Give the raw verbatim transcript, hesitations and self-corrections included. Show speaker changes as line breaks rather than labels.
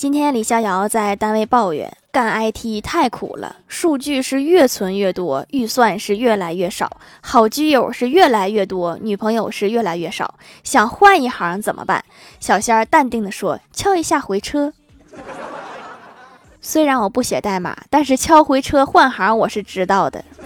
今天李逍遥在单位抱怨，干 I T 太苦了，数据是越存越多，预算是越来越少，好基友是越来越多，女朋友是越来越少，想换一行怎么办？小仙儿淡定地说，敲一下回车。虽然我不写代码，但是敲回车换行我是知道的。